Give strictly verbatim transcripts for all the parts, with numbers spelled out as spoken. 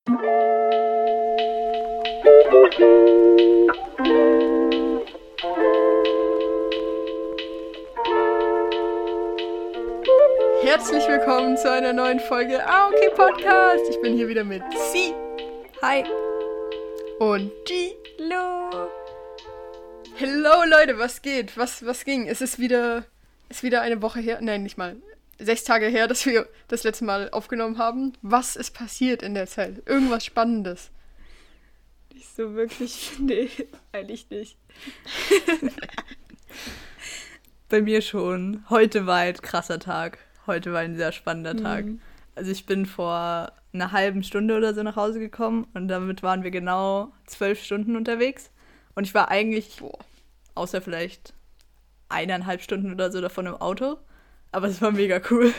Herzlich willkommen zu einer neuen Folge Ah, okay Podcast. Ich bin hier wieder mit C. Hi. Und G. Hello. Hello Leute, was geht? Was, was ging? Es ist wieder, ist wieder eine Woche her, nein, nicht mal, sechs Tage her, dass wir das letzte Mal aufgenommen haben. Was ist passiert in der Zeit? Irgendwas Spannendes? Nicht so wirklich, nee, eigentlich nicht. Bei mir schon. Heute war ein krasser Tag. Heute war ein sehr spannender Tag. Mhm. Also ich bin vor einer halben Stunde oder so nach Hause gekommen und damit waren wir genau zwölf Stunden unterwegs. Und ich war eigentlich, boah, außer vielleicht eineinhalb Stunden oder so davon im Auto. Aber es war mega cool.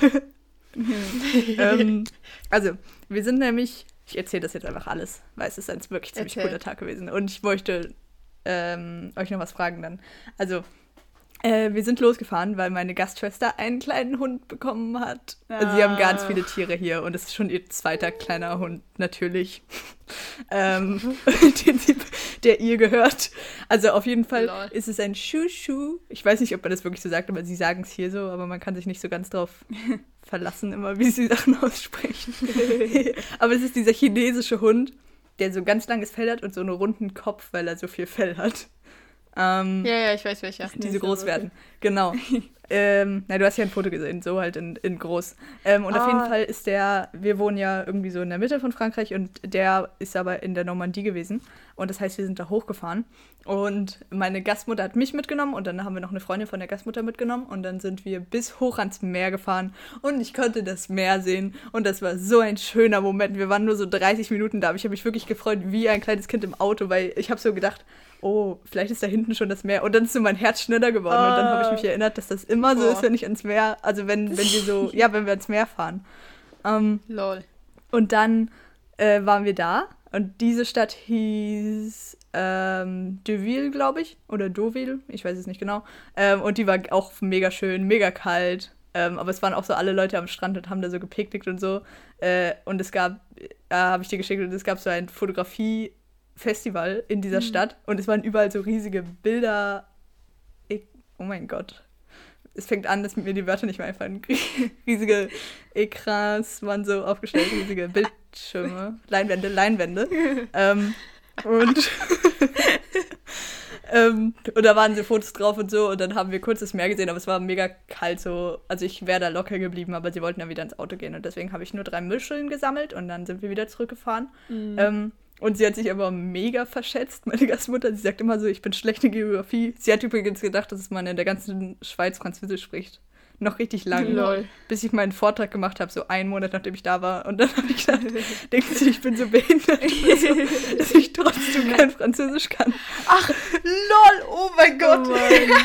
ähm, also, wir sind nämlich, ich erzähle das jetzt einfach alles, weil es ist ein wirklich ziemlich Erzähl. cooler Tag gewesen. Und ich möchte ähm, euch noch was fragen dann. Also, Äh, wir sind losgefahren, weil meine Gastschwester einen kleinen Hund bekommen hat. Ah. Also sie haben ganz viele Tiere hier und es ist schon ihr zweiter kleiner Hund, natürlich, ähm, den sie, der ihr gehört. Also auf jeden Fall Lol. ist es ein Shushu. Ich weiß nicht, ob man das wirklich so sagt, aber sie sagen es hier so, aber man kann sich nicht so ganz drauf verlassen, immer wie sie Sachen aussprechen. Aber es ist dieser chinesische Hund, der so ganz langes Fell hat und so einen runden Kopf, weil er so viel Fell hat. Ähm, ja, ja, ich weiß welcher. Die so groß werden. Genau. ähm, na, du hast ja ein Foto gesehen, so halt in, in groß. Ähm, und ah. auf jeden Fall ist der, wir wohnen ja irgendwie so in der Mitte von Frankreich und der ist aber in der Normandie gewesen. Und das heißt, wir sind da hochgefahren. Und meine Gastmutter hat mich mitgenommen und dann haben wir noch eine Freundin von der Gastmutter mitgenommen. Und dann sind wir bis hoch ans Meer gefahren und ich konnte das Meer sehen. Und das war so ein schöner Moment. Wir waren nur so dreißig Minuten da, aber ich habe mich wirklich gefreut wie ein kleines Kind im Auto, weil ich habe so gedacht, oh, vielleicht ist da hinten schon das Meer. Und dann ist so mein Herz schneller geworden. Ah. Und dann habe ich mich erinnert, dass das immer so Boah. ist, wenn ich ans Meer, also wenn, wenn wir so, ja, wenn wir ans Meer fahren. Ähm, Lol. Und dann äh, waren wir da. Und diese Stadt hieß ähm, Deauville, glaube ich. Oder Deauville, ich weiß es nicht genau. Ähm, und die war auch mega schön, mega kalt. Ähm, aber es waren auch so alle Leute am Strand und haben da so gepicknickt und so. Äh, und es gab, äh, habe ich dir geschickt, und es gab so ein Fotografie- Festival in dieser mhm. Stadt und es waren überall so riesige Bilder. Ich, oh mein Gott. Es fängt an, dass mir die Wörter nicht mehr einfallen. Riesige Ekrans waren so aufgestellt, riesige Bildschirme, Leinwände, Leinwände. ähm, und, ähm, und da waren so Fotos drauf und so und dann haben wir kurz das Meer gesehen, aber es war mega kalt so. Also ich wäre da locker geblieben, aber sie wollten dann wieder ins Auto gehen und deswegen habe ich nur drei Muscheln gesammelt und dann sind wir wieder zurückgefahren. Mhm. Ähm, Und sie hat sich aber mega verschätzt, meine Gastmutter. Sie sagt immer so, ich bin schlecht in Geografie. Sie hat übrigens gedacht, dass man in der ganzen Schweiz Französisch spricht. Noch richtig lang. Lol. Bis ich meinen Vortrag gemacht habe, so einen Monat, nachdem ich da war. Und dann habe ich gedacht, denken Sie, ich bin so behindert, so, dass ich trotzdem kein Französisch kann. Ach, lol, oh mein Gott. Oh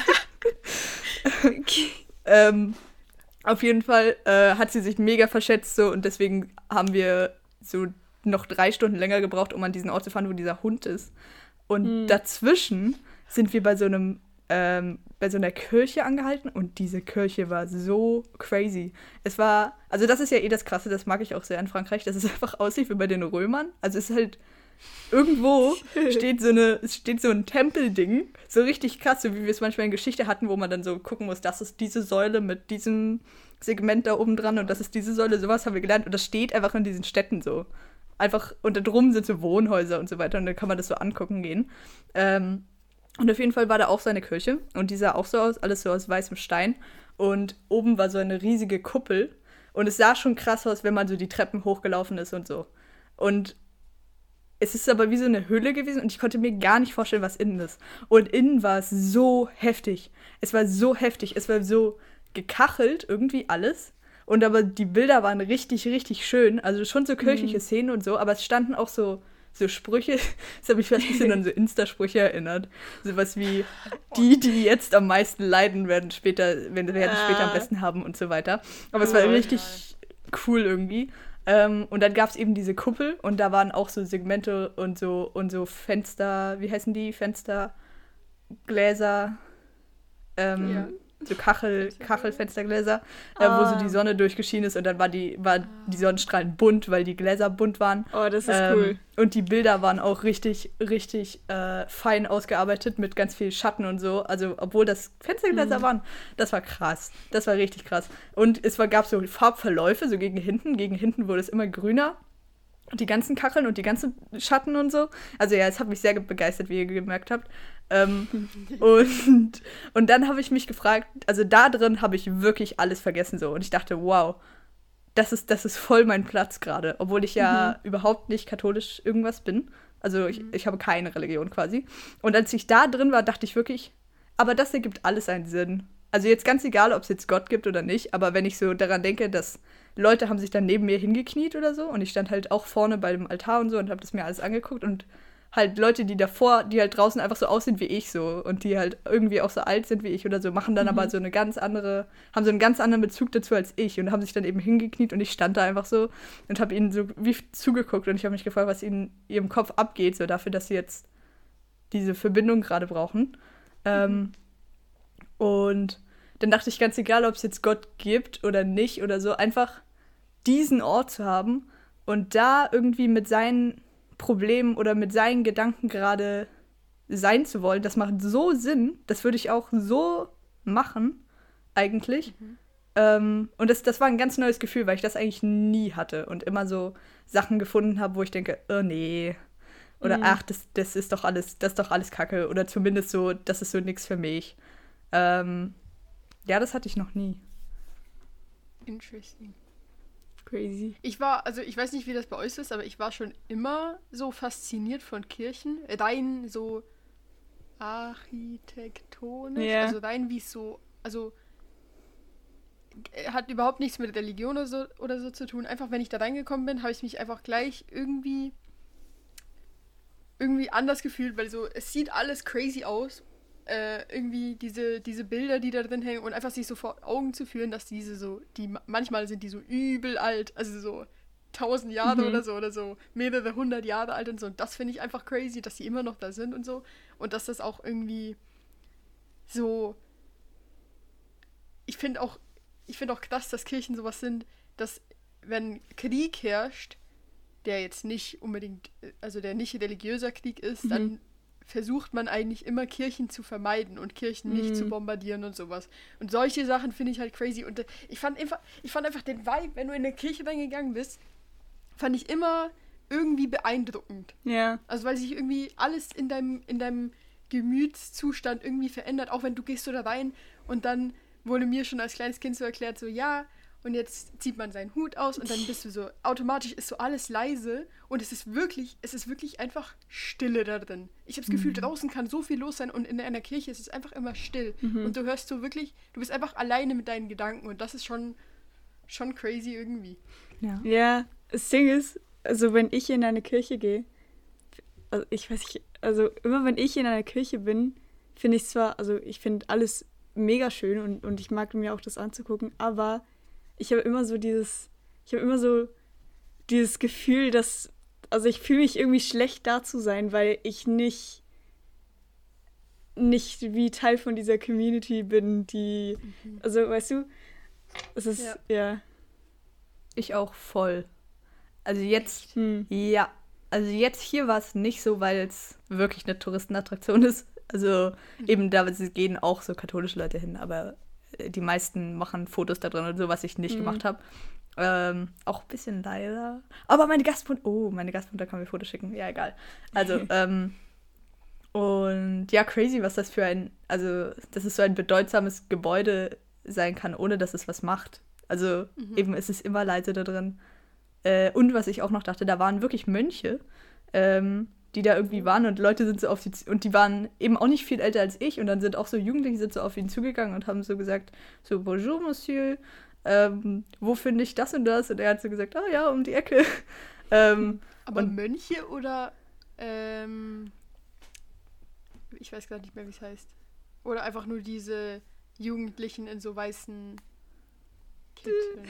mein. ähm, auf jeden Fall äh, hat sie sich mega verschätzt so und deswegen haben wir so noch drei Stunden länger gebraucht, um an diesen Ort zu fahren, wo dieser Hund ist. Und hm. dazwischen sind wir bei so einem, ähm, bei so einer Kirche angehalten und diese Kirche war so crazy. Es war, also das ist ja eh das Krasse, das mag ich auch sehr in Frankreich, dass es einfach aussieht wie bei den Römern. Also es ist halt, irgendwo steht so eine, es steht so ein Tempelding, so richtig krass, so wie wir es manchmal in Geschichte hatten, wo man dann so gucken muss, das ist diese Säule mit diesem Segment da oben dran und das ist diese Säule, sowas haben wir gelernt und das steht einfach in diesen Städten so. Einfach, und da drum sind so Wohnhäuser und so weiter und dann kann man das so angucken gehen. Ähm, und auf jeden Fall war da auch so eine Kirche und die sah auch so aus, alles so aus weißem Stein und oben war so eine riesige Kuppel und es sah schon krass aus, wenn man so die Treppen hochgelaufen ist und so. Und es ist aber wie so eine Höhle gewesen und ich konnte mir gar nicht vorstellen, was innen ist. Und innen war es so heftig. Es war so heftig, es war so gekachelt, irgendwie alles. Und aber die Bilder waren richtig, richtig schön. Also schon so kirchliche mhm. Szenen und so, aber es standen auch so, so Sprüche. Das hat mich fast ein bisschen an so Insta-Sprüche erinnert. Sowas wie, die, die jetzt am meisten leiden, werden später, werden es später am besten haben und so weiter. Aber es war oh, richtig ja. cool irgendwie. Ähm, und dann gab es eben diese Kuppel und da waren auch so Segmente und so, und so Fenster, wie heißen die? Fenstergläser. Ähm, ja. so Kachel, Kachelfenstergläser, äh, ah. wo so die Sonne durchgeschienen ist und dann war die, war ah. die Sonnenstrahlen bunt, weil die Gläser bunt waren. Oh, das ist ähm, cool. Und die Bilder waren auch richtig, richtig äh, fein ausgearbeitet mit ganz viel Schatten und so. Also, obwohl das Fenstergläser mhm. waren, das war krass. Das war richtig krass. Und es war, gab so Farbverläufe, so gegen hinten. Gegen hinten wurde es immer grüner. Und die ganzen Kacheln und die ganzen Schatten und so. Also ja, es hat mich sehr begeistert, wie ihr gemerkt habt. Ähm, und, und dann habe ich mich gefragt, also da drin habe ich wirklich alles vergessen so. Und ich dachte, wow, das ist, das ist voll mein Platz gerade. Obwohl ich ja mhm. überhaupt nicht katholisch irgendwas bin. Also ich, ich habe keine Religion quasi. Und als ich da drin war, dachte ich wirklich, aber das ergibt alles einen Sinn. Also jetzt ganz egal, ob es jetzt Gott gibt oder nicht, aber wenn ich so daran denke, dass Leute haben sich dann neben mir hingekniet oder so und ich stand halt auch vorne bei dem Altar und so und habe das mir alles angeguckt und halt Leute, die davor, die halt draußen einfach so aussehen wie ich so und die halt irgendwie auch so alt sind wie ich oder so, machen dann mhm. aber so eine ganz andere, haben so einen ganz anderen Bezug dazu als ich und haben sich dann eben hingekniet und ich stand da einfach so und habe ihnen so wie zugeguckt und ich habe mich gefragt, was ihnen in ihrem Kopf abgeht, so dafür, dass sie jetzt diese Verbindung gerade brauchen. Mhm. Ähm, und dann dachte ich, ganz egal, ob es jetzt Gott gibt oder nicht oder so, einfach diesen Ort zu haben und da irgendwie mit seinen Problemen oder mit seinen Gedanken gerade sein zu wollen, das macht so Sinn, das würde ich auch so machen, eigentlich. Mhm. Ähm, und das, das war ein ganz neues Gefühl, weil ich das eigentlich nie hatte und immer so Sachen gefunden habe, wo ich denke, oh nee, oder mhm. ach, das, das ist doch alles, das ist doch alles Kacke oder zumindest so, das ist so nix für mich. Ähm, ja, das hatte ich noch nie. Interesting. Crazy. Ich war, also ich weiß nicht, wie das bei euch ist, aber ich war schon immer so fasziniert von Kirchen. Rein so architektonisch, yeah. also rein wie es so, also hat überhaupt nichts mit Religion oder so, oder so zu tun. Einfach, wenn ich da reingekommen bin, habe ich mich einfach gleich irgendwie irgendwie anders gefühlt, weil so, es sieht alles crazy aus. Äh, irgendwie diese, diese Bilder, die da drin hängen und einfach sich so vor Augen zu führen, dass diese so, die manchmal sind die so übel alt, also so tausend Jahre mhm. oder so oder so mehrere hundert Jahre alt und so und das finde ich einfach crazy, dass die immer noch da sind und so und dass das auch irgendwie so, ich finde auch, ich finde auch krass, dass Kirchen sowas sind, dass wenn Krieg herrscht, der jetzt nicht unbedingt, also der nicht religiöser Krieg ist, mhm. dann versucht man eigentlich immer Kirchen zu vermeiden und Kirchen nicht mm. zu bombardieren und sowas. Und solche Sachen finde ich halt crazy. Und äh, ich fand einfach, ich fand einfach den Vibe, wenn du in eine Kirche reingegangen bist, fand ich immer irgendwie beeindruckend. Ja. Yeah. Also weil sich irgendwie alles in deinem, in deinem Gemütszustand irgendwie verändert. Auch wenn du gehst so da rein und dann wurde mir schon als kleines Kind so erklärt, so ja, und jetzt zieht man seinen Hut aus und dann bist du so, automatisch ist so alles leise und es ist wirklich, es ist wirklich einfach Stille da drin. Ich habe das Gefühl, mhm. draußen kann so viel los sein und in einer Kirche ist es einfach immer still. Mhm. Und du hörst so wirklich, du bist einfach alleine mit deinen Gedanken und das ist schon, schon crazy irgendwie. Ja. Ja, das Ding ist, also wenn ich in eine Kirche gehe, also ich weiß nicht, also immer wenn ich in einer Kirche bin, finde ich zwar, also ich finde alles mega schön und, und ich mag mir auch das anzugucken, aber ich habe immer so dieses, ich habe immer so dieses Gefühl, dass, also ich fühle mich irgendwie schlecht da zu sein, weil ich nicht, nicht wie Teil von dieser Community bin, die, mhm. also weißt du, es ist, ja. ja. Ich auch voll. Also jetzt, hm. ja, also jetzt hier war es nicht so, weil es wirklich eine Touristenattraktion ist. Also mhm. eben da gehen auch so katholische Leute hin, aber die meisten machen Fotos da drin und so, was ich nicht mhm. gemacht habe. Ähm, auch ein bisschen leider. Aber meine Gastmutter, oh, meine Gastmutter kann mir Fotos schicken. Ja, egal. Also, ähm, und ja, crazy, was das für ein, also, dass es so ein bedeutsames Gebäude sein kann, ohne dass es was macht. Also, mhm. eben, es ist immer leise da drin. Äh, und was ich auch noch dachte, da waren wirklich Mönche, ähm, die da irgendwie waren und Leute sind so auf sie, und die waren eben auch nicht viel älter als ich und dann sind auch so Jugendliche sind so auf ihn zugegangen und haben so gesagt, so, bonjour, Monsieur, ähm, wo finde ich das und das? Und er hat so gesagt, ah oh, ja, um die Ecke. ähm, Aber und Mönche oder, ähm, ich weiß gar nicht mehr, wie es heißt. Oder einfach nur diese Jugendlichen in so weißen Kitteln.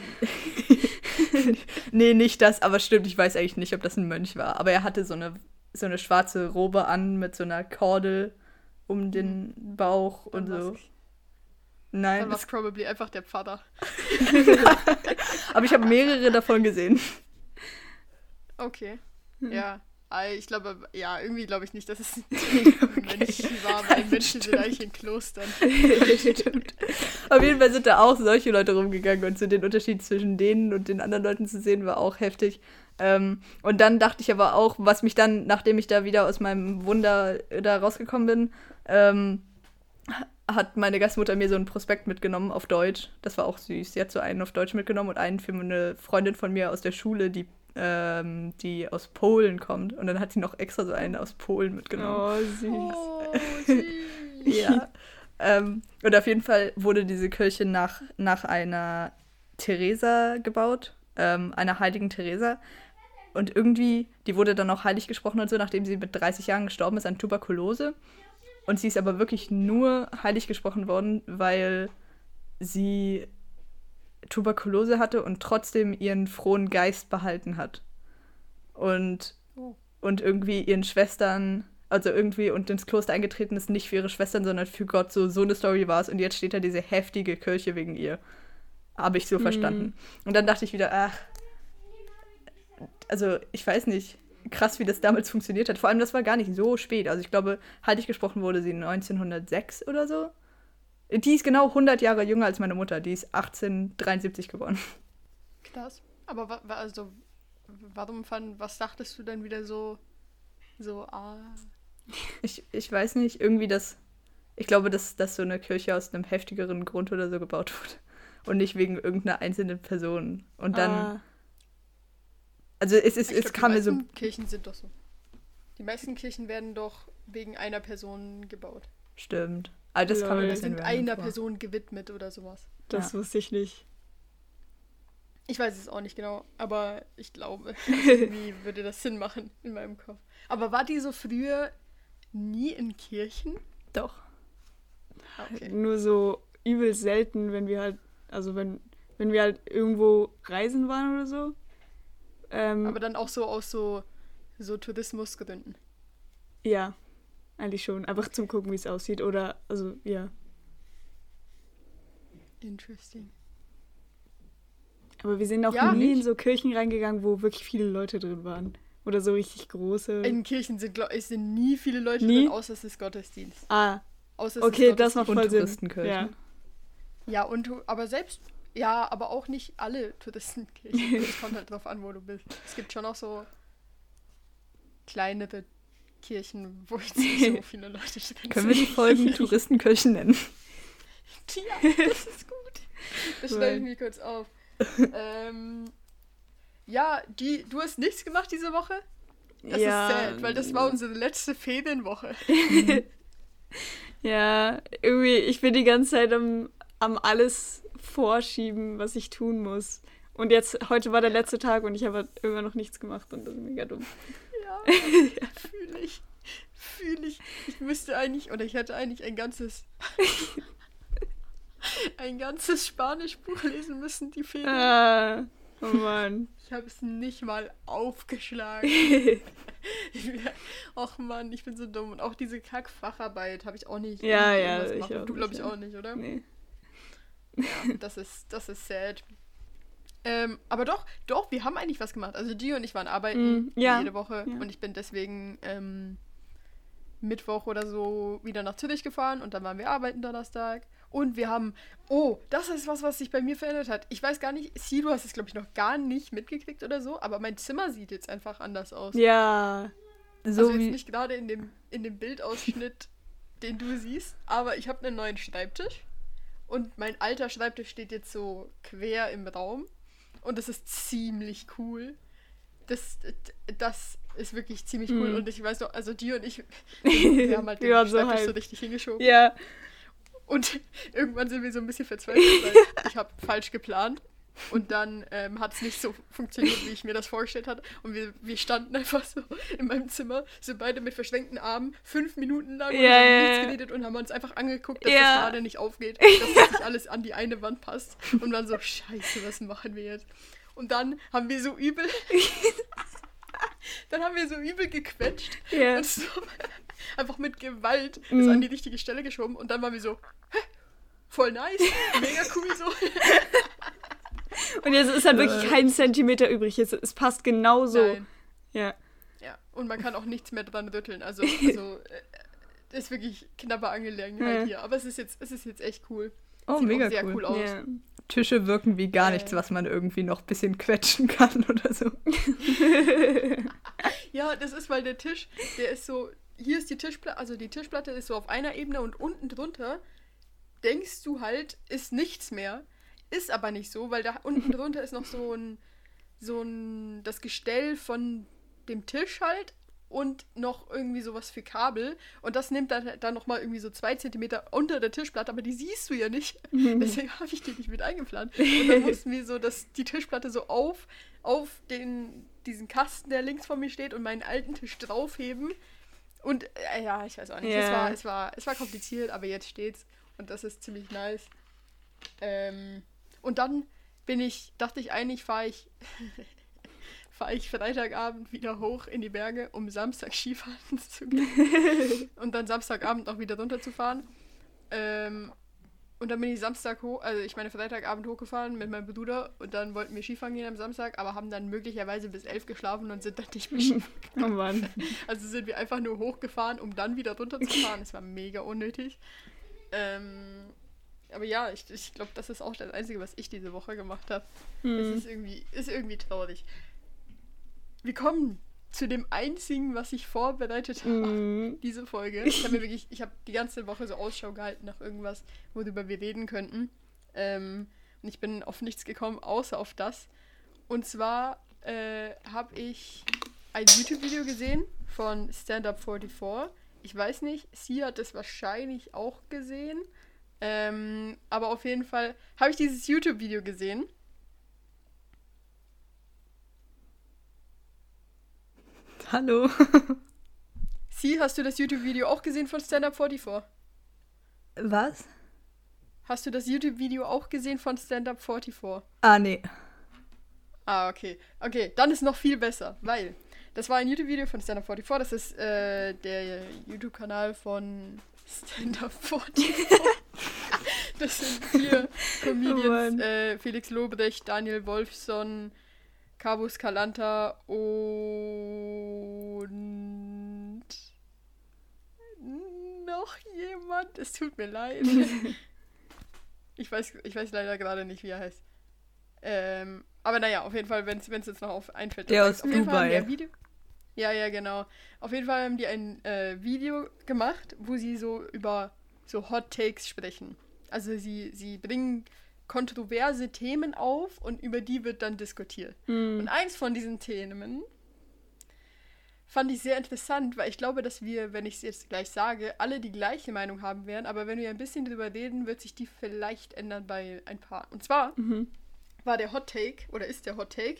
Nee, nicht das, aber stimmt, ich weiß eigentlich nicht, ob das ein Mönch war. Aber er hatte so eine so eine schwarze Robe an mit so einer Kordel um den Bauch und so. Nein. Dann war es probably einfach der Pfarrer. Aber ich habe mehrere davon gesehen. Okay. Hm. Ja. Äh, Ich glaube, ja, irgendwie glaube ich nicht, dass es Okay. Menschen war, weil Menschen sind eigentlich in Klostern. Stimmt. Auf jeden Fall sind da auch solche Leute rumgegangen und so den Unterschied zwischen denen und den anderen Leuten zu sehen, war auch heftig. Ähm, und dann dachte ich aber auch, was mich dann, nachdem ich da wieder aus meinem Wunder da rausgekommen bin, ähm, hat meine Gastmutter mir so einen Prospekt mitgenommen auf Deutsch. Das war auch süß. Sie hat so einen auf Deutsch mitgenommen und einen für eine Freundin von mir aus der Schule, die, ähm, die aus Polen kommt. Und dann hat sie noch extra so einen aus Polen mitgenommen. Oh, süß. Oh, süß. Ja. ähm, und auf jeden Fall wurde diese Kirche nach, nach einer Theresa gebaut, ähm, einer heiligen Theresa. Und irgendwie, die wurde dann auch heilig gesprochen und so, nachdem sie mit dreißig Jahren gestorben ist an Tuberkulose. Und sie ist aber wirklich nur heilig gesprochen worden, weil sie Tuberkulose hatte und trotzdem ihren frohen Geist behalten hat. Und, Oh. und irgendwie ihren Schwestern, also irgendwie und ins Kloster eingetreten ist, nicht für ihre Schwestern, sondern für Gott. So, so eine Story war es. Und jetzt steht da diese heftige Kirche wegen ihr. Habe ich so Hm. verstanden. Und dann dachte ich wieder, ach, also ich weiß nicht, krass, wie das damals funktioniert hat. Vor allem, das war gar nicht so spät. Also ich glaube, heilig gesprochen wurde sie neunzehnhundertsechs oder so. Die ist genau hundert Jahre jünger als meine Mutter. Die ist achtzehnhundertdreiundsiebzig geboren. Krass. Aber wa wa also, warum fand, was dachtest du denn wieder so, so, ah, Ich, ich weiß nicht, irgendwie das, ich glaube, dass, dass so eine Kirche aus einem heftigeren Grund oder so gebaut wurde. Und nicht wegen irgendeiner einzelnen Person. Und dann, Ah, also es, ist, ich es glaub, kam die mir so, meisten Kirchen sind doch so. Die meisten Kirchen werden doch wegen einer Person gebaut. stimmt. Aber das kam mir ein Lol. bisschen Sind random einer vor. Person gewidmet oder sowas. das Ja. wusste ich nicht. Ich weiß es auch nicht genau, aber ich glaube, irgendwie würde das Sinn machen in meinem Kopf. Aber war die so früher nie in Kirchen? Doch. Ah, okay. Nur so übel selten, wenn wir halt, also wenn, wenn wir halt irgendwo reisen waren oder so. Ähm, Aber dann auch so aus so, so Tourismusgründen. ja, eigentlich schon. Einfach zum gucken, wie es aussieht. Oder, also, ja. Interesting. Aber wir sind auch Ja, nie nicht? in so Kirchen reingegangen, wo wirklich viele Leute drin waren. Oder so richtig große. In Kirchen sind, glaub, ich, sind nie viele Leute Nie? drin, außer es ist Gottesdienst. ah, Außer es okay, ist das macht Und voll Sinn. Touristenkirchen. Ja. Ja, und du, aber selbst, ja, aber auch nicht alle Touristenkirchen. Es kommt halt drauf an, wo du bist. Es gibt schon auch so kleinere Kirchen, wo jetzt nicht so viele Leute drin Können wir die Folgen Touristenkirchen nennen? Ja, das ist gut. Das schreibe ich mir kurz auf. ähm, ja, die, du hast nichts gemacht diese Woche? Das Ja, ist sad, weil das war unsere letzte Ferienwoche. Ja, irgendwie, ich bin die ganze Zeit am, am alles vorschieben, was ich tun muss. Und jetzt, heute war der letzte Tag und ich habe halt immer noch nichts gemacht und das ist mega dumm. Ja, fühle ich. Fühle ich. Ich müsste eigentlich, oder ich hätte eigentlich ein ganzes ein ganzes Spanischbuch lesen müssen, die Ferien. Ah, oh Mann. Ich habe es nicht mal aufgeschlagen. Och Mann, ich bin so dumm. Und auch diese Kackfacharbeit habe ich auch nicht. Ja, irgendwie ja, irgendwas ich gemacht. auch Du glaube nicht, ich ja. auch nicht, oder? Nee. Ja, das ist, das ist sad. Ähm, aber doch, doch, wir haben eigentlich was gemacht. Also die und ich waren arbeiten Mm, ja. jede Woche Ja. und ich bin deswegen ähm, Mittwoch oder so wieder nach Zürich gefahren und dann waren wir arbeiten Donnerstag. Und wir haben, oh, das ist was, was sich bei mir verändert hat. Ich weiß gar nicht, Sie, du hast es, glaube ich, noch gar nicht mitgekriegt oder so, aber mein Zimmer sieht jetzt einfach anders aus. Ja. So also jetzt wie, nicht gerade in dem, in dem Bildausschnitt, den du siehst, aber ich habe einen neuen Schreibtisch und mein alter Schreibtisch steht jetzt so quer im Raum und das ist ziemlich cool. Das, das ist wirklich ziemlich cool Mhm. und ich weiß noch, also die und ich, wir haben halt den Wir waren so Schreibtisch so hyped. richtig hingeschoben. Ja. Und irgendwann sind wir so ein bisschen verzweifelt, weil ich habe falsch geplant. Und dann ähm, hat es nicht so funktioniert, wie ich mir das vorgestellt hatte. Und wir, wir standen einfach so in meinem Zimmer, so beide mit verschränkten Armen, fünf Minuten lang und Ja, haben ja, nichts ja. geredet und haben uns einfach angeguckt, dass Ja. das gerade nicht aufgeht, dass das nicht alles an die eine Wand passt. Und dann so, scheiße, was machen wir jetzt? Und dann haben wir so übel... dann haben wir so übel gequetscht Ja. und so einfach mit Gewalt Mhm. das an die richtige Stelle geschoben. Und dann waren wir so, hä? voll nice, mega cool so. Und jetzt ist halt wirklich kein Zentimeter übrig. Es, es passt genau so. Nein. Ja. Ja, und man kann auch nichts mehr dran rütteln. Also, also äh, ist wirklich knappe Angelegenheit Ja. hier. Aber es ist jetzt, es ist jetzt echt cool. Oh, Sieht mega auch sehr cool. cool, aus. Ja. Tische wirken wie gar Ja, nichts, ja. was man irgendwie noch ein bisschen quetschen kann oder so. Ja, das ist, weil der Tisch, der ist so, hier ist die Tischplatte, also die Tischplatte ist so auf einer Ebene und unten drunter denkst du halt, ist nichts mehr. Ist aber nicht so, weil da unten drunter ist noch so ein, so ein, das Gestell von dem Tisch halt und noch irgendwie sowas für Kabel und das nimmt dann, dann nochmal irgendwie so zwei Zentimeter unter der Tischplatte, aber die siehst du ja nicht. Deswegen habe ich die nicht mit eingeplant. Und dann mussten wir so das, die Tischplatte so auf, auf den, diesen Kasten, der links von mir steht und meinen alten Tisch draufheben. Und äh, ja, ich weiß auch nicht. Ja. Es, war, es, war, es war kompliziert, aber jetzt steht's und das ist ziemlich nice. Ähm, und dann bin ich, dachte ich eigentlich, fahre ich fahre ich Freitagabend wieder hoch in die Berge, um Samstag Skifahren zu gehen. Und dann Samstagabend auch wieder runterzufahren. Ähm, und dann bin ich Samstag hoch, also ich meine Freitagabend hochgefahren mit meinem Bruder und dann wollten wir Skifahren gehen am Samstag, aber haben dann möglicherweise bis elf geschlafen und sind dann nicht mehr Skifahren. Oh Mann. Also sind wir einfach nur hochgefahren, um dann wieder runterzufahren. Das war mega unnötig. Ähm, aber ja, ich, ich glaube, das ist auch das Einzige, was ich diese Woche gemacht habe. Es ist irgendwie, ist irgendwie traurig. Wir kommen zu dem Einzigen, was ich vorbereitet habe, Mhm. diese Folge. Ich habe mir wirklich, ich habe die ganze Woche so Ausschau gehalten nach irgendwas, worüber wir reden könnten. Ähm, und ich bin auf nichts gekommen, außer auf das. Und zwar äh, habe ich ein YouTube-Video gesehen von Stand Up vierundvierzig. Ich weiß nicht, sie hat es wahrscheinlich auch gesehen. Ähm, aber auf jeden Fall habe ich dieses YouTube-Video gesehen. Hallo. Sie, hast du das YouTube-Video auch gesehen von Stand Up vierundvierzig? Was? Hast du das YouTube-Video auch gesehen von Stand Up vierundvierzig? Ah, nee. Ah, okay. Okay, dann ist noch viel besser, weil das war ein YouTube-Video von Stand Up vierundvierzig. Das ist äh, der YouTube-Kanal von Stand Up vierundvierzig. Das sind vier Comedians, Oh Mann. äh, Felix Lobrecht, Daniel Wolfson, Cabus Calanta und noch jemand. Es tut mir leid. ich, weiß, ich weiß leider gerade nicht, wie er heißt. Ähm, aber naja, auf jeden Fall, wenn es jetzt noch auf einfällt. Der dann aus sag's. Auf jeden Fall haben die Dubai. ein Video. Ja, ja, genau. Auf jeden Fall haben die ein äh, Video gemacht, wo sie so über so Hot Takes sprechen. Also sie, sie bringen kontroverse Themen auf und über die wird dann diskutiert. Mhm. Und eins von diesen Themen fand ich sehr interessant, weil ich glaube, dass wir, wenn ich es jetzt gleich sage, alle die gleiche Meinung haben werden, aber wenn wir ein bisschen drüber reden, wird sich die vielleicht ändern bei ein paar. Und zwar Mhm. war der Hot Take, oder ist der Hot Take,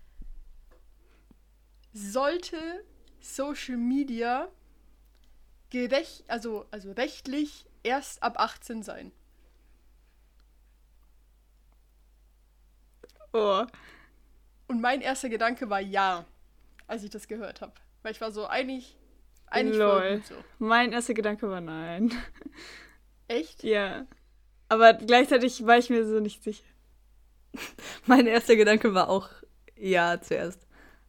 sollte Social Media gerecht, also, also rechtlich erst ab achtzehn sein. Oh. Und mein erster Gedanke war ja, als ich das gehört habe. Weil ich war so, eigentlich, eigentlich voll Lol. gut so. Mein erster Gedanke war nein. Echt? Ja. Aber gleichzeitig war ich mir so nicht sicher. Mein erster Gedanke war auch ja zuerst.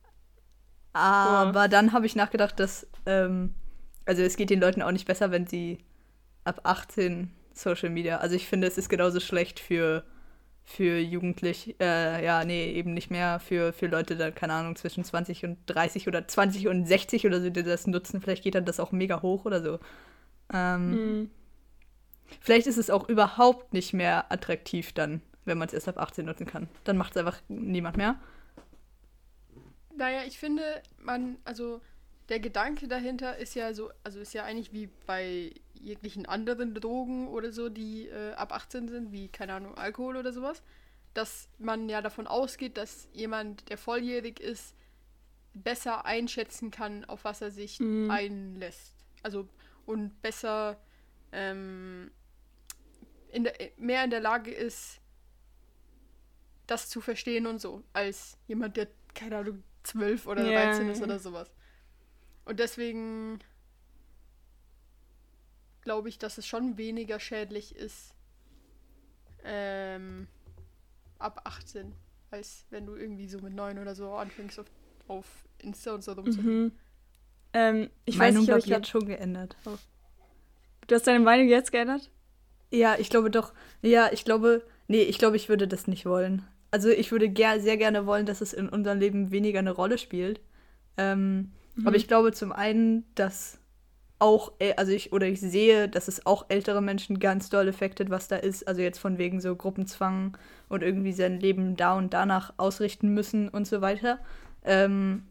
Aber dann habe ich nachgedacht, dass, ähm, also es geht den Leuten auch nicht besser, wenn sie ab achtzehn Social Media, also ich finde, es ist genauso schlecht für, für Jugendliche, äh, ja, nee, eben nicht mehr für, für Leute, da, keine Ahnung, zwischen zwanzig und dreißig oder zwanzig und sechzig oder so, die das nutzen. Vielleicht geht dann das auch mega hoch oder so. Ähm, Mhm. Vielleicht ist es auch überhaupt nicht mehr attraktiv dann, wenn man es erst ab achtzehn nutzen kann. Dann macht es einfach niemand mehr. Naja, ich finde, man, also der Gedanke dahinter ist ja so, also ist ja eigentlich wie bei jeglichen anderen Drogen oder so, die äh, ab achtzehn sind, wie, keine Ahnung, Alkohol oder sowas, dass man ja davon ausgeht, dass jemand, der volljährig ist, besser einschätzen kann, auf was er sich Mhm. einlässt. Also, und besser ähm, in der, mehr in der Lage ist, das zu verstehen und so, als jemand, der, keine Ahnung, zwölf oder Ja. dreizehn ist oder sowas. Und deswegen glaube ich, dass es schon weniger schädlich ist, ähm, ab achtzehn, als wenn du irgendwie so mit neun oder so anfängst auf, auf Insta und so rumzuhängen. Mhm. Ähm, ich Meinung, weiß nicht, ob glaube ich ich, jetzt schon geändert. Oh. Du hast deine Meinung jetzt geändert? Ja, ich glaube doch. Ja, ich glaube, nee, ich glaube, ich würde das nicht wollen. Also ich würde ger sehr gerne wollen, dass es in unserem Leben weniger eine Rolle spielt. Ähm, Mhm. Aber ich glaube zum einen, dass auch, äh, also ich, oder ich sehe, dass es auch ältere Menschen ganz doll affected, was da ist. Also jetzt von wegen so Gruppenzwang und irgendwie sein Leben da und danach ausrichten müssen und so weiter. Ähm,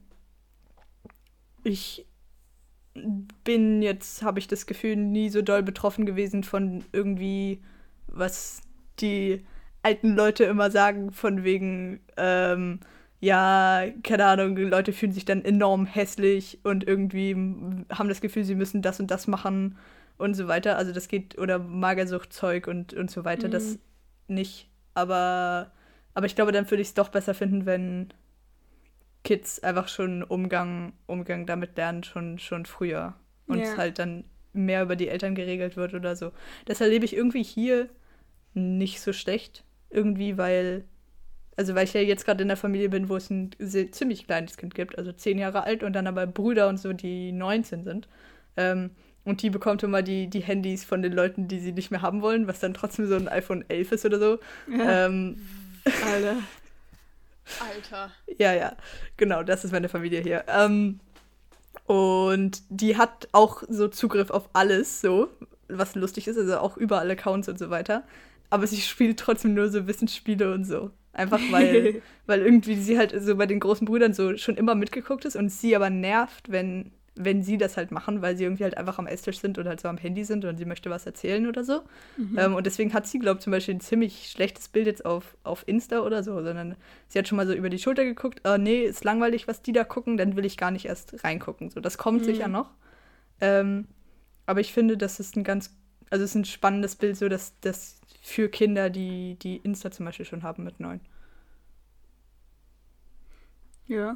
ich bin jetzt, habe ich das Gefühl, nie so doll betroffen gewesen von irgendwie, was die alten Leute immer sagen, von wegen, ähm, ja, keine Ahnung, Leute fühlen sich dann enorm hässlich und irgendwie haben das Gefühl, sie müssen das und das machen und so weiter. Also das geht, oder Magersuchtzeug und, und so weiter, Mhm. das nicht. Aber, aber ich glaube, dann würde ich es doch besser finden, wenn Kids einfach schon Umgang, Umgang damit lernen, schon, schon früher. Und es Ja. halt dann mehr über die Eltern geregelt wird oder so. Das erlebe ich irgendwie hier nicht so schlecht. Irgendwie, weil, also weil ich ja jetzt gerade in der Familie bin, wo es ein sehr, ziemlich kleines Kind gibt, also zehn Jahre alt und dann aber Brüder und so, die neunzehn sind. Ähm, und die bekommt immer die, die Handys von den Leuten, die sie nicht mehr haben wollen, was dann trotzdem so ein iPhone elf ist oder so. Ja. Ähm, Alter. Alter. Ja, ja, genau, das ist meine Familie hier. Ähm, und die hat auch so Zugriff auf alles, so, was lustig ist, also auch überall Accounts und so weiter. Aber sie spielt trotzdem nur so Wissensspiele und so. Einfach weil, weil irgendwie sie halt so bei den großen Brüdern so schon immer mitgeguckt ist und sie aber nervt, wenn, wenn sie das halt machen, weil sie irgendwie halt einfach am Esstisch sind oder halt so am Handy sind und sie möchte was erzählen oder so. Mhm. Ähm, und deswegen hat sie, glaube ich, zum Beispiel ein ziemlich schlechtes Bild jetzt auf, auf Insta oder so, sondern sie hat schon mal so über die Schulter geguckt, äh, nee, ist langweilig, was die da gucken, dann will ich gar nicht erst reingucken. So, das kommt Mhm. sicher noch. Ähm, aber ich finde, das ist ein ganz, also es ist ein spannendes Bild, so dass das für Kinder, die, die Insta zum Beispiel schon haben mit neun. Ja.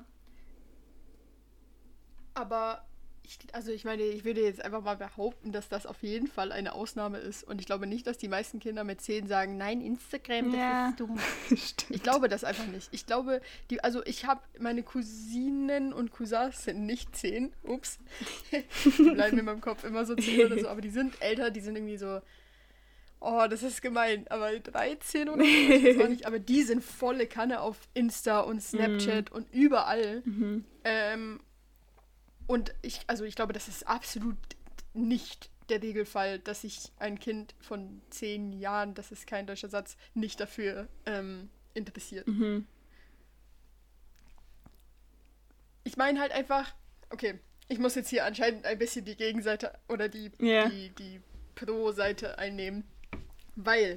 Aber, ich, also ich meine, ich würde jetzt einfach mal behaupten, dass das auf jeden Fall eine Ausnahme ist. Und ich glaube nicht, dass die meisten Kinder mit zehn sagen, nein, Instagram, das Ja. ist dumm. Stimmt. Ich glaube das einfach nicht. Ich glaube, die, also ich habe, meine Cousinen und Cousins sind nicht zehn. Ups. Die bleiben in meinem Kopf immer so zehn oder so. Aber die sind älter, die sind irgendwie so, oh, das ist gemein. Aber dreizehn oder so, ich weiß auch nicht. Aber die sind volle Kanne auf Insta und Snapchat und überall. Mhm. Ähm, und ich, also ich glaube, das ist absolut nicht der Regelfall, dass sich ein Kind von zehn Jahren, das ist kein deutscher Satz, nicht dafür ähm, interessiert. Mhm. Ich meine halt einfach, okay, ich muss jetzt hier anscheinend ein bisschen die Gegenseite oder die, Ja. die, die Pro-Seite einnehmen, weil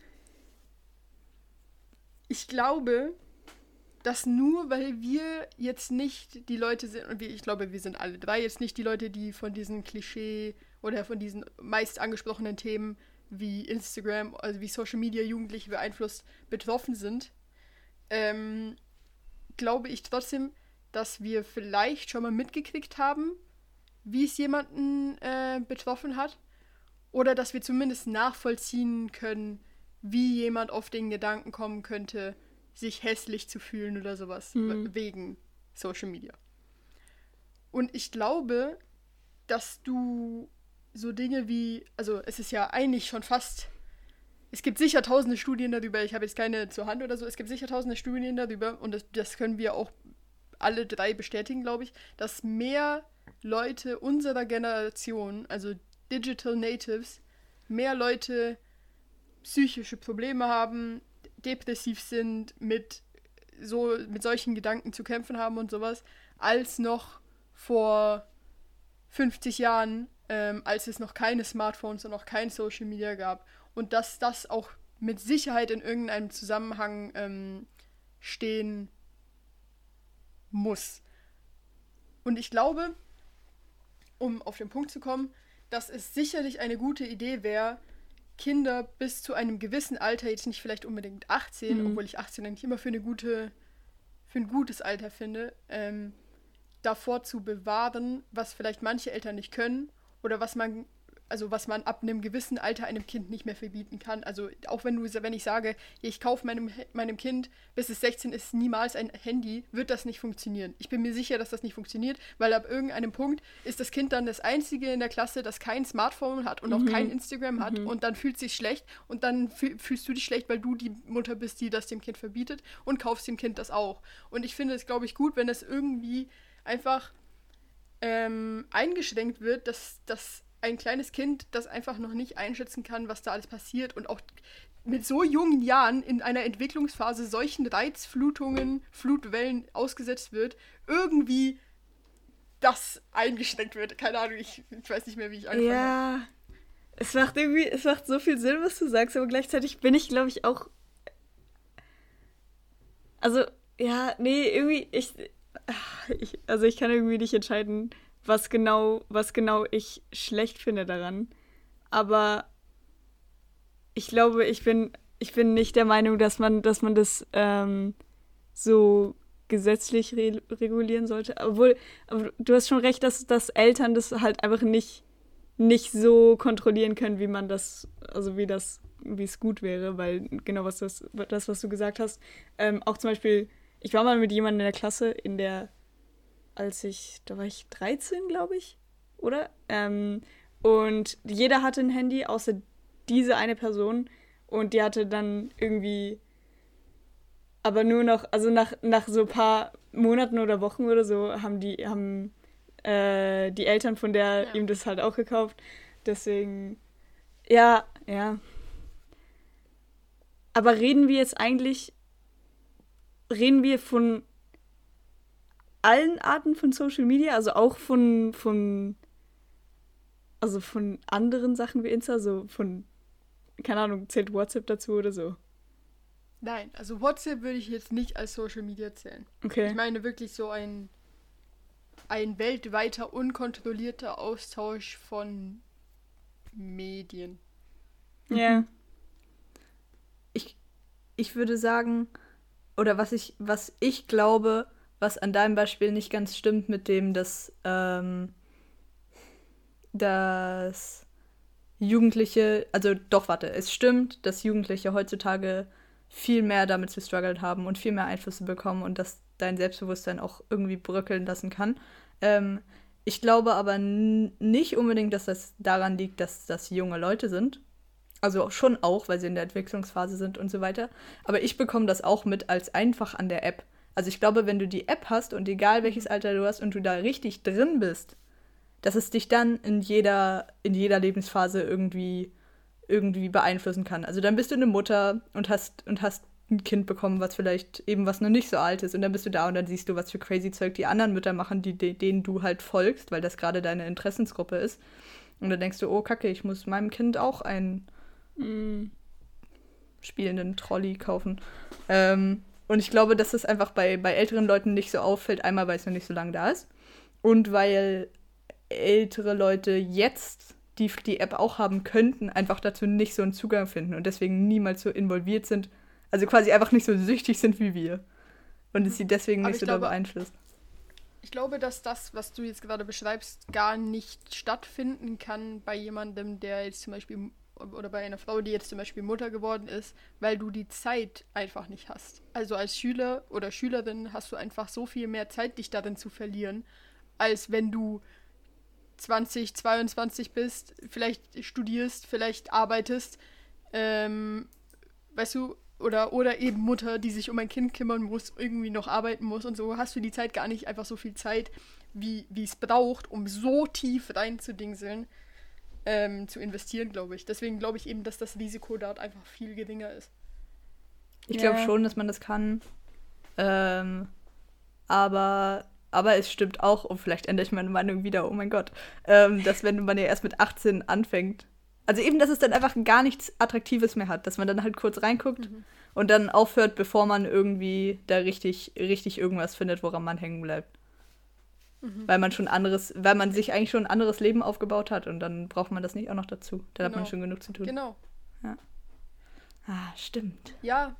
ich glaube, dass nur weil wir jetzt nicht die Leute sind, und wir, ich glaube, wir sind alle drei jetzt nicht die Leute, die von diesen Klischee oder von diesen meist angesprochenen Themen wie Instagram, also wie Social Media Jugendliche beeinflusst, betroffen sind, ähm, glaube ich trotzdem, dass wir vielleicht schon mal mitgekriegt haben, wie es jemanden äh, betroffen hat, oder dass wir zumindest nachvollziehen können, wie jemand auf den Gedanken kommen könnte, sich hässlich zu fühlen oder sowas, Mhm. wegen Social Media. Und ich glaube, dass du so Dinge wie, also es ist ja eigentlich schon fast, es gibt sicher tausende Studien darüber, ich habe jetzt keine zur Hand oder so, es gibt sicher tausende Studien darüber und das, das können wir auch alle drei bestätigen, glaube ich, dass mehr Leute unserer Generation, also Digital Natives, mehr Leute psychische Probleme haben, depressiv sind, mit so mit solchen Gedanken zu kämpfen haben und sowas, als noch vor fünfzig Jahren, ähm, als es noch keine Smartphones und noch kein Social Media gab. Und dass das auch mit Sicherheit in irgendeinem Zusammenhang ähm, stehen muss. Und ich glaube, um auf den Punkt zu kommen, dass es sicherlich eine gute Idee wäre, Kinder bis zu einem gewissen Alter, jetzt nicht vielleicht unbedingt achtzehn, Mhm. obwohl ich achtzehn eigentlich immer für eine gute, für ein gutes Alter finde, ähm, davor zu bewahren, was vielleicht manche Eltern nicht können oder was man, also was man ab einem gewissen Alter einem Kind nicht mehr verbieten kann. Also auch wenn du, wenn ich sage, ich kaufe meinem, meinem Kind, bis es sechzehn ist, niemals ein Handy, wird das nicht funktionieren. Ich bin mir sicher, dass das nicht funktioniert, weil ab irgendeinem Punkt ist das Kind dann das Einzige in der Klasse, das kein Smartphone hat und auch mhm. kein Instagram hat mhm. und dann fühlt sich schlecht und dann fühl, fühlst du dich schlecht, weil du die Mutter bist, die das dem Kind verbietet und kaufst dem Kind das auch. Und ich finde es, glaube ich, gut, wenn es irgendwie einfach ähm, eingeschränkt wird, dass das ein kleines Kind, das einfach noch nicht einschätzen kann, was da alles passiert und auch mit so jungen Jahren in einer Entwicklungsphase solchen Reizflutungen, Flutwellen ausgesetzt wird, irgendwie das eingeschränkt wird. Keine Ahnung, ich, ich weiß nicht mehr, wie ich angefangen habe. Ja, es macht irgendwie, es macht so viel Sinn, was du sagst, aber gleichzeitig bin ich, glaube ich, auch also, ja, nee, irgendwie, ich, ich also ich kann irgendwie nicht entscheiden, was genau, was genau ich schlecht finde daran. Aber ich glaube, ich bin, ich bin nicht der Meinung, dass man, dass man das ähm, so gesetzlich re- regulieren sollte. Obwohl, aber du hast schon recht, dass, dass Eltern das halt einfach nicht, nicht so kontrollieren können, wie man das, also wie das, wie es gut wäre, weil genau was das, das was du gesagt hast. Ähm, auch zum Beispiel, ich war mal mit jemandem in der Klasse, in der als ich, da war ich dreizehn, glaube ich, oder? Ähm, und jeder hatte ein Handy, außer diese eine Person. Und die hatte dann irgendwie, aber nur noch, also nach, nach so ein paar Monaten oder Wochen oder so, haben die, haben äh, die Eltern von der ja. ihm das halt auch gekauft. Deswegen, ja, ja. Aber reden wir jetzt eigentlich, reden wir von allen Arten von Social Media, also auch von, von, also von anderen Sachen wie Insta, so von, keine Ahnung, zählt WhatsApp dazu oder so? Nein, also WhatsApp würde ich jetzt nicht als Social Media zählen. Okay. Ich meine wirklich so ein, ein weltweiter, unkontrollierter Austausch von Medien. Ja. Yeah. Ich, ich würde sagen, oder was ich, was ich glaube, was an deinem Beispiel nicht ganz stimmt mit dem, dass, ähm, dass Jugendliche, also doch, warte, es stimmt, dass Jugendliche heutzutage viel mehr damit zu strugglen haben und viel mehr Einflüsse bekommen und dass dein Selbstbewusstsein auch irgendwie bröckeln lassen kann. Ähm, ich glaube aber n- nicht unbedingt, dass das daran liegt, dass das junge Leute sind. Also schon auch, weil sie in der Entwicklungsphase sind und so weiter. Aber ich bekomme das auch mit als einfach an der App. Also ich glaube, wenn du die App hast und egal welches Alter du hast und du da richtig drin bist, dass es dich dann in jeder, in jeder Lebensphase irgendwie, irgendwie beeinflussen kann. Also dann bist du eine Mutter und hast, und hast ein Kind bekommen, was vielleicht eben was noch nicht so alt ist und dann bist du da und dann siehst du, was für crazy Zeug die anderen Mütter machen, die, denen du halt folgst, weil das gerade deine Interessensgruppe ist. Und dann denkst du, oh Kacke, ich muss meinem Kind auch einen mm. spielenden Trolley kaufen. Ähm, Und ich glaube, dass das einfach bei, bei älteren Leuten nicht so auffällt. Einmal, weil es noch nicht so lange da ist. Und weil ältere Leute jetzt, die die App auch haben könnten, einfach dazu nicht so einen Zugang finden und deswegen niemals so involviert sind. Also quasi einfach nicht so süchtig sind wie wir. Und es sie deswegen nicht so da beeinflusst. Ich glaube, dass das, was du jetzt gerade beschreibst, gar nicht stattfinden kann bei jemandem, der jetzt zum Beispiel oder bei einer Frau, die jetzt zum Beispiel Mutter geworden ist, weil du die Zeit einfach nicht hast. Also als Schüler oder Schülerin hast du einfach so viel mehr Zeit, dich darin zu verlieren, als wenn du zwanzig, zweiundzwanzig bist, vielleicht studierst, vielleicht arbeitest, ähm, weißt du, oder, oder eben Mutter, die sich um ein Kind kümmern muss, irgendwie noch arbeiten muss und so, hast du die Zeit gar nicht einfach so viel Zeit, wie wie es braucht, um so tief reinzudingseln, Ähm, zu investieren, glaube ich. Deswegen glaube ich eben, dass das Risiko dort einfach viel geringer ist. Ich glaube ja. schon, dass man das kann. Ähm, aber, aber es stimmt auch, und vielleicht ändere ich meine Meinung wieder, oh mein Gott, ähm, dass wenn man ja erst mit achtzehn anfängt, also eben, dass es dann einfach gar nichts Attraktives mehr hat, dass man dann halt kurz reinguckt mhm. und dann aufhört, bevor man irgendwie da richtig, richtig irgendwas findet, woran man hängen bleibt. Mhm. Weil man schon anderes, weil man sich eigentlich schon ein anderes Leben aufgebaut hat und dann braucht man das nicht auch noch dazu. Da genau. hat man schon genug zu tun. Genau. Ja. Ah, stimmt. Ja.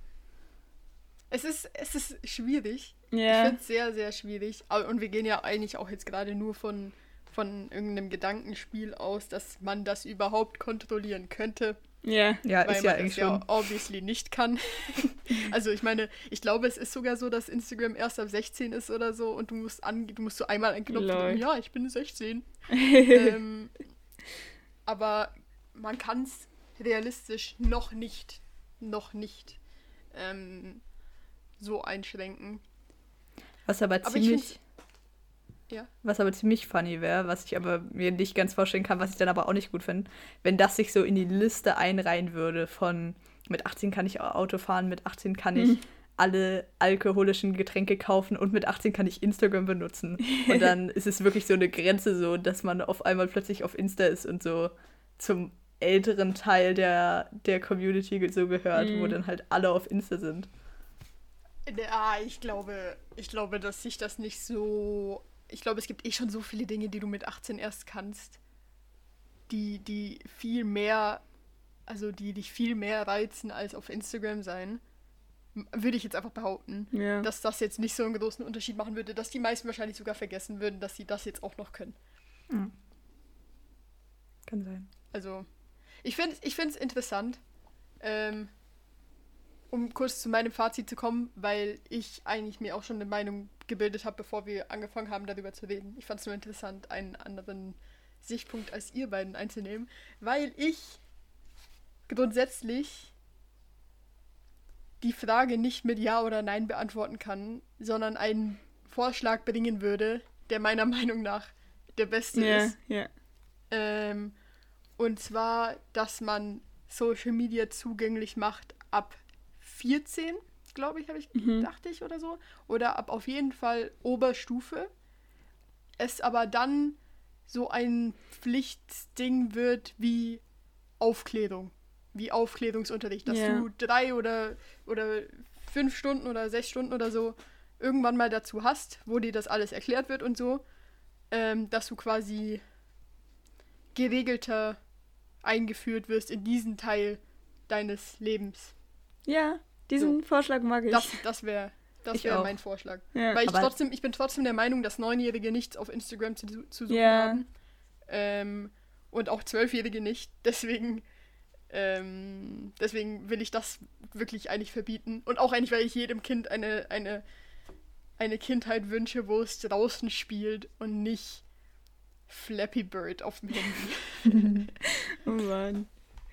Es ist, es ist schwierig. Yeah. Ich finde es sehr, sehr schwierig. Und wir gehen ja eigentlich auch jetzt gerade nur von, von irgendeinem Gedankenspiel aus, dass man das überhaupt kontrollieren könnte. Ja, Ja, weil ist ja man eigentlich das ja schon. obviously nicht kann. Also ich meine, ich glaube, es ist sogar so, dass Instagram erst ab sechzehn ist oder so und du musst an, du musst so einmal einen Knopf Lol. drücken, ja, ich bin sechzehn. ähm, aber man kann es realistisch noch nicht, noch nicht ähm, so einschränken. Was aber Aber ich ziemlich, find's- Ja. was aber ziemlich funny wäre, was ich aber mir nicht ganz vorstellen kann, was ich dann aber auch nicht gut finde, wenn das sich so in die Liste einreihen würde von mit achtzehn kann ich Auto fahren, mit achtzehn kann ich alle alkoholischen Getränke kaufen und mit achtzehn kann ich Instagram benutzen. Und dann ist es wirklich so eine Grenze so, dass man auf einmal plötzlich auf Insta ist und so zum älteren Teil der, der Community so gehört, wo Mhm. dann halt alle auf Insta sind. Ja, ich glaube, ich glaube, dass sich das nicht so. Ich glaube, es gibt eh schon so viele Dinge, die du mit achtzehn erst kannst, die, die viel mehr, also die dich viel mehr reizen als auf Instagram sein. M- Würde ich jetzt einfach behaupten. ja. Dass das jetzt nicht so einen großen Unterschied machen würde, dass die meisten wahrscheinlich sogar vergessen würden, dass sie das jetzt auch noch können. Kann sein. Also, ich finde ich finde es interessant, ähm, um kurz zu meinem Fazit zu kommen, weil ich eigentlich mir auch schon eine Meinung gebildet habe, bevor wir angefangen haben, darüber zu reden. Ich fand es nur interessant, einen anderen Sichtpunkt als ihr beiden einzunehmen, weil ich grundsätzlich die Frage nicht mit Ja oder Nein beantworten kann, sondern einen Vorschlag bringen würde, der meiner Meinung nach der beste Ja, ist. ja. Ähm, und zwar, dass man Social Media zugänglich macht ab vierzehn, glaube ich, habe ich, Mhm. dachte ich oder so. Oder ab auf jeden Fall Oberstufe. Es aber dann so ein Pflichtding wird wie Aufklärung. Wie Aufklärungsunterricht. Dass Ja. du drei oder, oder fünf Stunden oder sechs Stunden oder so irgendwann mal dazu hast, wo dir das alles erklärt wird und so. Ähm, dass du quasi geregelter eingeführt wirst in diesen Teil deines Lebens. Ja, diesen Vorschlag mag ich. Das, das wäre das Ich wär auch. mein Vorschlag. ja. Weil ich Aber- trotzdem, ich bin trotzdem der Meinung, dass Neunjährige nichts auf Instagram zu, zu suchen Ja. haben. Ähm, und auch Zwölfjährige nicht. Deswegen, ähm, deswegen will ich das wirklich eigentlich verbieten. Und auch eigentlich, weil ich jedem Kind eine, eine, eine Kindheit wünsche, wo es draußen spielt und nicht Flappy Bird auf dem Handy. Oh Mann.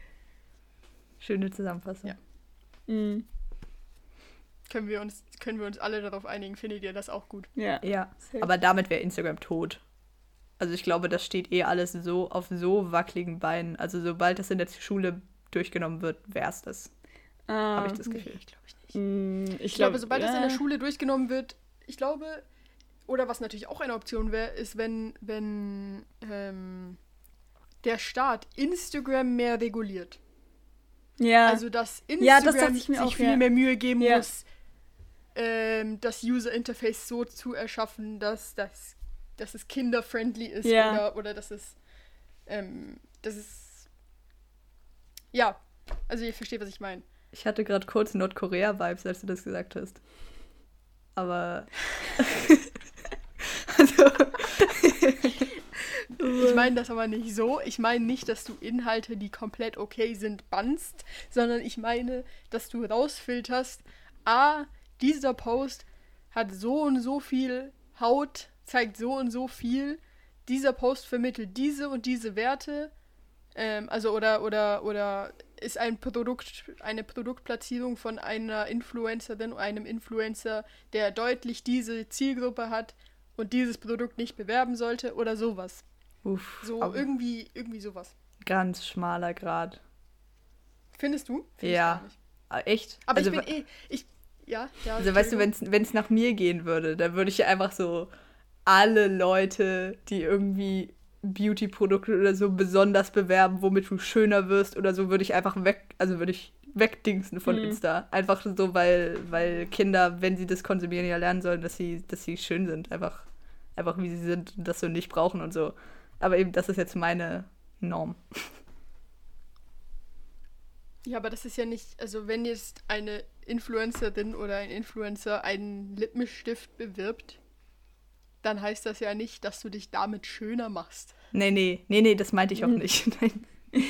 Schöne Zusammenfassung. Ja. Mhm. können wir uns, können wir uns alle darauf einigen, findet ihr das auch gut? Ja. Ja, Safe. aber damit wäre Instagram tot. Also ich glaube, das steht eh alles so auf so wackeligen Beinen. Also sobald das in der Schule durchgenommen wird, wäre es das. Ah, Habe ich das Gefühl. ich glaube ich nicht. mm, Ich, Ich glaube, glaub, sobald das ja. in der Schule durchgenommen wird, ich glaube, oder was natürlich auch eine Option wäre, ist, wenn, wenn ähm, der Staat Instagram mehr reguliert. Ja. Also, dass Ja, das Instagram dachte ich mir sich auch, viel ja. mehr Mühe geben Ja. muss, ähm, das User-Interface so zu erschaffen, dass, dass, dass es kinderfriendly ist Ja. oder, oder dass es ähm, dass es ja, also ihr versteht, was ich meine. Ich hatte gerade kurz Nordkorea-Vibes, als du das gesagt hast. Aber. also. Ich meine das aber nicht so. Ich meine nicht, dass du Inhalte, die komplett okay sind, bannst, sondern ich meine, dass du rausfilterst, ah, dieser Post hat so und so viel Haut, zeigt so und so viel, dieser Post vermittelt diese und diese Werte, ähm, also oder, oder, oder ist ein Produkt, eine Produktplatzierung von einer Influencerin oder einem Influencer, der deutlich diese Zielgruppe hat und dieses Produkt nicht bewerben sollte oder sowas. Uff, So aber irgendwie, irgendwie sowas. ganz schmaler Grad. Findest du? Find ich Ja. gar nicht. Ah, echt? Aber also, ich bin eh, ich, ja, ja. Also weißt du, Entschuldigung. wenn es nach mir gehen würde, dann würde ich einfach so alle Leute, die irgendwie Beauty-Produkte oder so besonders bewerben, womit du schöner wirst oder so, würde ich einfach weg, also würde ich wegdingsen von Mhm. Insta. Einfach so, weil, weil Kinder, wenn sie das konsumieren, ja lernen sollen, dass sie, dass sie schön sind. Einfach, einfach wie sie sind und das so nicht brauchen und so. Aber eben, das ist jetzt meine Norm. Ja, aber das ist ja nicht, also wenn jetzt eine Influencerin oder ein Influencer einen Lippenstift bewirbt, dann heißt das ja nicht, dass du dich damit schöner machst. Nee, nee, nee, nee, das meinte ich auch nicht. Nein.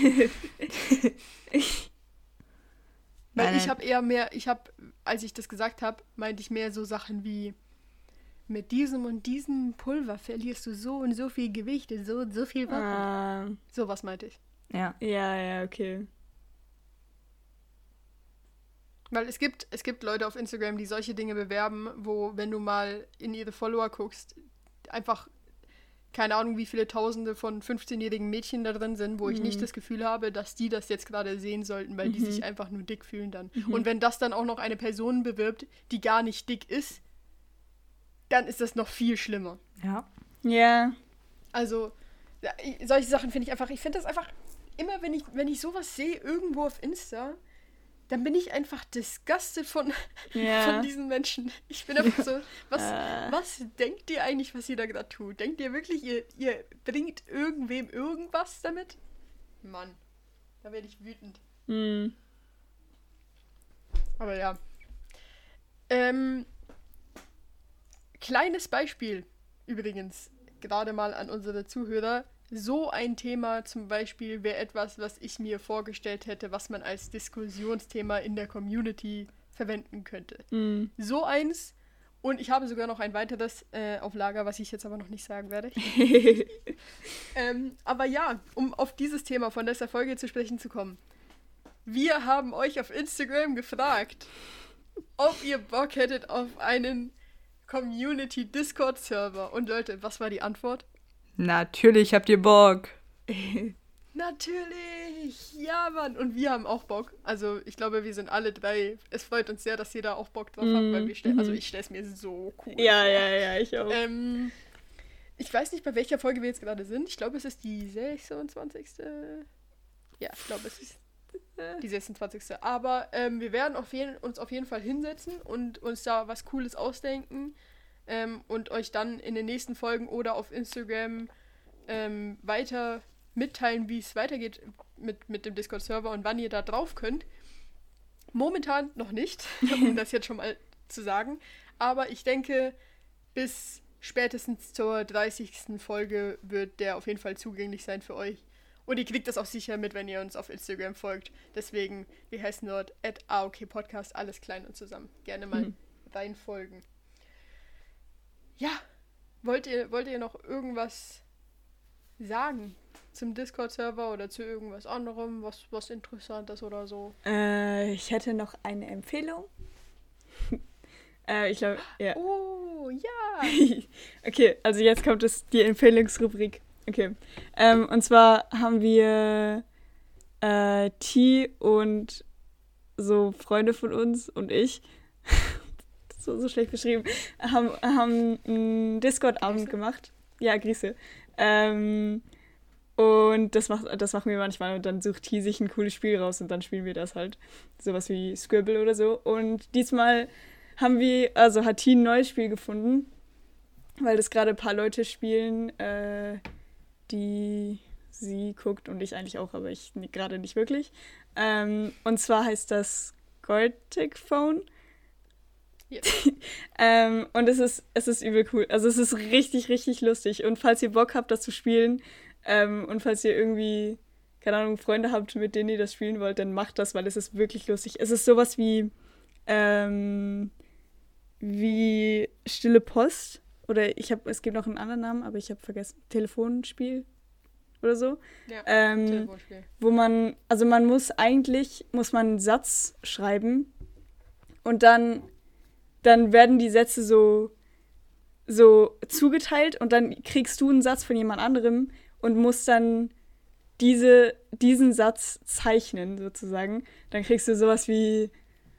Weil Nein, ich nein. habe eher mehr, ich habe, als ich das gesagt habe, meinte ich mehr so Sachen wie, mit diesem und diesem Pulver verlierst du so und so viel Gewicht, so und so viel Watt. Ah, So was meinte ich. Ja. ja, ja, okay. Weil es gibt, es gibt Leute auf Instagram, die solche Dinge bewerben, wo, wenn du mal in ihre Follower guckst, einfach, keine Ahnung, wie viele Tausende von fünfzehnjährigen Mädchen da drin sind, wo ich Mhm. nicht das Gefühl habe, dass die das jetzt gerade sehen sollten, weil die Mhm. sich einfach nur dick fühlen dann. Mhm. Und wenn das dann auch noch eine Person bewirbt, die gar nicht dick ist, dann ist das noch viel schlimmer. Ja. Ja. Also, ja, ich- solche Sachen finde ich einfach, ich finde das einfach, immer wenn ich, wenn ich sowas sehe, irgendwo auf Insta, dann bin ich einfach disgusted von, Ja. von diesen Menschen. Ich bin einfach so, was, Äh. was denkt ihr eigentlich, was ihr da gerade tut? Denkt ihr wirklich, ihr, ihr bringt irgendwem irgendwas damit? Mann, da werde ich wütend. Hm. Aber ja. Ähm, kleines Beispiel übrigens, gerade mal an unsere Zuhörer. So ein Thema zum Beispiel wäre etwas, was ich mir vorgestellt hätte, was man als Diskussionsthema in der Community verwenden könnte. Hm. So eins, und ich habe sogar noch ein weiteres äh, auf Lager, was ich jetzt aber noch nicht sagen werde. ähm, aber ja, um auf dieses Thema von dieser Folge zu sprechen zu kommen. Wir haben euch auf Instagram gefragt, ob ihr Bock hättet auf einen Community-Discord-Server. Und Leute, was war die Antwort? Natürlich habt ihr Bock. Natürlich! Ja, Mann! Und wir haben auch Bock. Also, ich glaube, wir sind alle drei. Es freut uns sehr, dass ihr da auch Bock drauf habt, weil wir stell- also ich stelle es mir so cool Ja, vor. ja, ja, ich auch. Ähm, ich weiß nicht, bei welcher Folge wir jetzt gerade sind. Ich glaube, es ist die sechsundzwanzigste. Ja, ich glaube, es ist die sechsundzwanzigste. Aber ähm, wir werden auf jeden, uns auf jeden Fall hinsetzen und uns da was Cooles ausdenken ähm, und euch dann in den nächsten Folgen oder auf Instagram ähm, weiter mitteilen, wie es weitergeht mit, mit dem Discord-Server und wann ihr da drauf könnt. Momentan noch nicht, um das jetzt schon mal zu sagen. Aber ich denke, bis spätestens zur dreißigsten Folge wird der auf jeden Fall zugänglich sein für euch. Und ihr kriegt das auch sicher mit, wenn ihr uns auf Instagram folgt. Deswegen, wir heißen dort at A O K Podcast, alles klein und zusammen. Gerne mal Mhm. reinfolgen. Ja, wollt ihr, wollt ihr noch irgendwas sagen zum Discord-Server oder zu irgendwas anderem, was, was Interessantes oder so? Äh, ich hätte noch eine Empfehlung. äh, ich glaube, ja. Oh, ja! Okay, also jetzt kommt es die Empfehlungsrubrik. Okay. Ähm, und zwar haben wir äh, T und so Freunde von uns und ich, so, so schlecht beschrieben, haben, haben einen Discord-Abend Grüße. gemacht. Ja, Grüße. Ähm, und das, macht, das machen wir manchmal und dann sucht T sich ein cooles Spiel raus und dann spielen wir das halt. Sowas wie Scribble oder so. Und diesmal haben wir, also hat T ein neues Spiel gefunden, weil das gerade ein paar Leute spielen, äh, die sie guckt und ich eigentlich auch, aber ich n- gerade nicht wirklich. Ähm, und zwar heißt das Gortic Phone. Ja. ähm, und es ist, es ist übel cool. Also es ist richtig, richtig lustig. Und falls ihr Bock habt, das zu spielen, ähm, und falls ihr irgendwie, keine Ahnung, Freunde habt, mit denen ihr das spielen wollt, dann macht das, weil es ist wirklich lustig. Es ist sowas wie, ähm, wie Stille Post. Oder ich habe, es gibt noch einen anderen Namen, aber ich habe vergessen. Telefonspiel oder so. Ja, Ähm, Telefonspiel. wo man, also man muss eigentlich, muss man einen Satz schreiben und dann, dann werden die Sätze so, so zugeteilt und dann kriegst du einen Satz von jemand anderem und musst dann diese, diesen Satz zeichnen, sozusagen. Dann kriegst du sowas wie,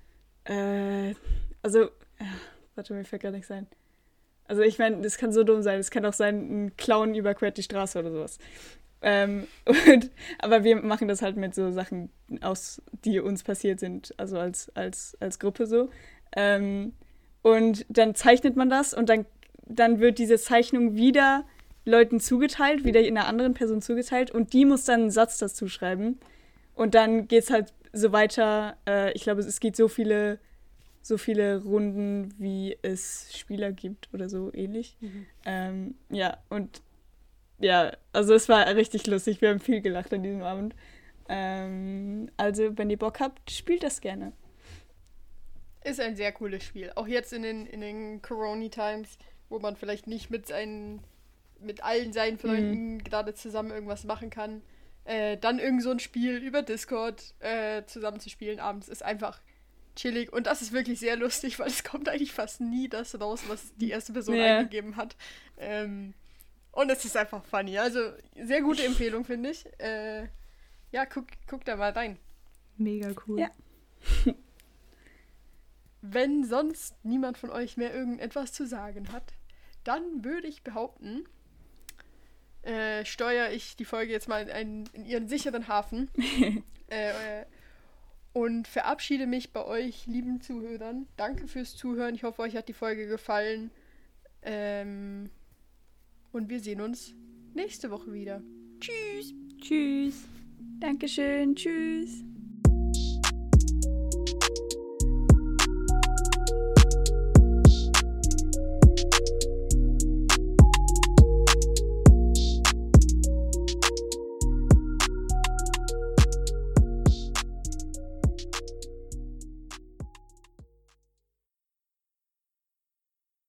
äh, also, ja, warte, mir fällt gar nichts ein. Also ich meine, das kann so dumm sein. Es kann auch sein, ein Clown überquert die Straße oder sowas. Ähm, und, aber wir machen das halt mit so Sachen aus, die uns passiert sind, also als, als, als Gruppe so. Ähm, und dann zeichnet man das und dann, dann wird diese Zeichnung wieder Leuten zugeteilt, wieder einer anderen Person zugeteilt und die muss dann einen Satz dazu schreiben. Und dann geht's halt so weiter, äh, ich glaube, es geht so viele so viele Runden, wie es Spieler gibt oder so ähnlich. Mhm. Ähm, ja, und ja, also es war richtig lustig. Wir haben viel gelacht an diesem Abend. Ähm, also, wenn ihr Bock habt, spielt das gerne. Ist ein sehr cooles Spiel. Auch jetzt in den, in den Corona-Times, wo man vielleicht nicht mit seinen, mit allen seinen Freunden mhm. gerade zusammen irgendwas machen kann. Äh, dann irgend so ein Spiel über Discord äh, zusammen zu spielen abends ist einfach chillig. Und das ist wirklich sehr lustig, weil es kommt eigentlich fast nie das raus, was die erste Person ja. eingegeben hat. Ähm, und es ist einfach funny. Also, sehr gute Empfehlung, finde ich. Äh, ja, guck, guck da mal rein. Mega cool. Ja. Wenn sonst niemand von euch mehr irgendetwas zu sagen hat, dann würde ich behaupten, äh, steuere ich die Folge jetzt mal in, einen, in ihren sicheren Hafen äh, und verabschiede mich bei euch, lieben Zuhörern. Danke fürs Zuhören. Ich hoffe, euch hat die Folge gefallen. Ähm, und wir sehen uns nächste Woche wieder. Tschüss. Tschüss. Dankeschön. Tschüss.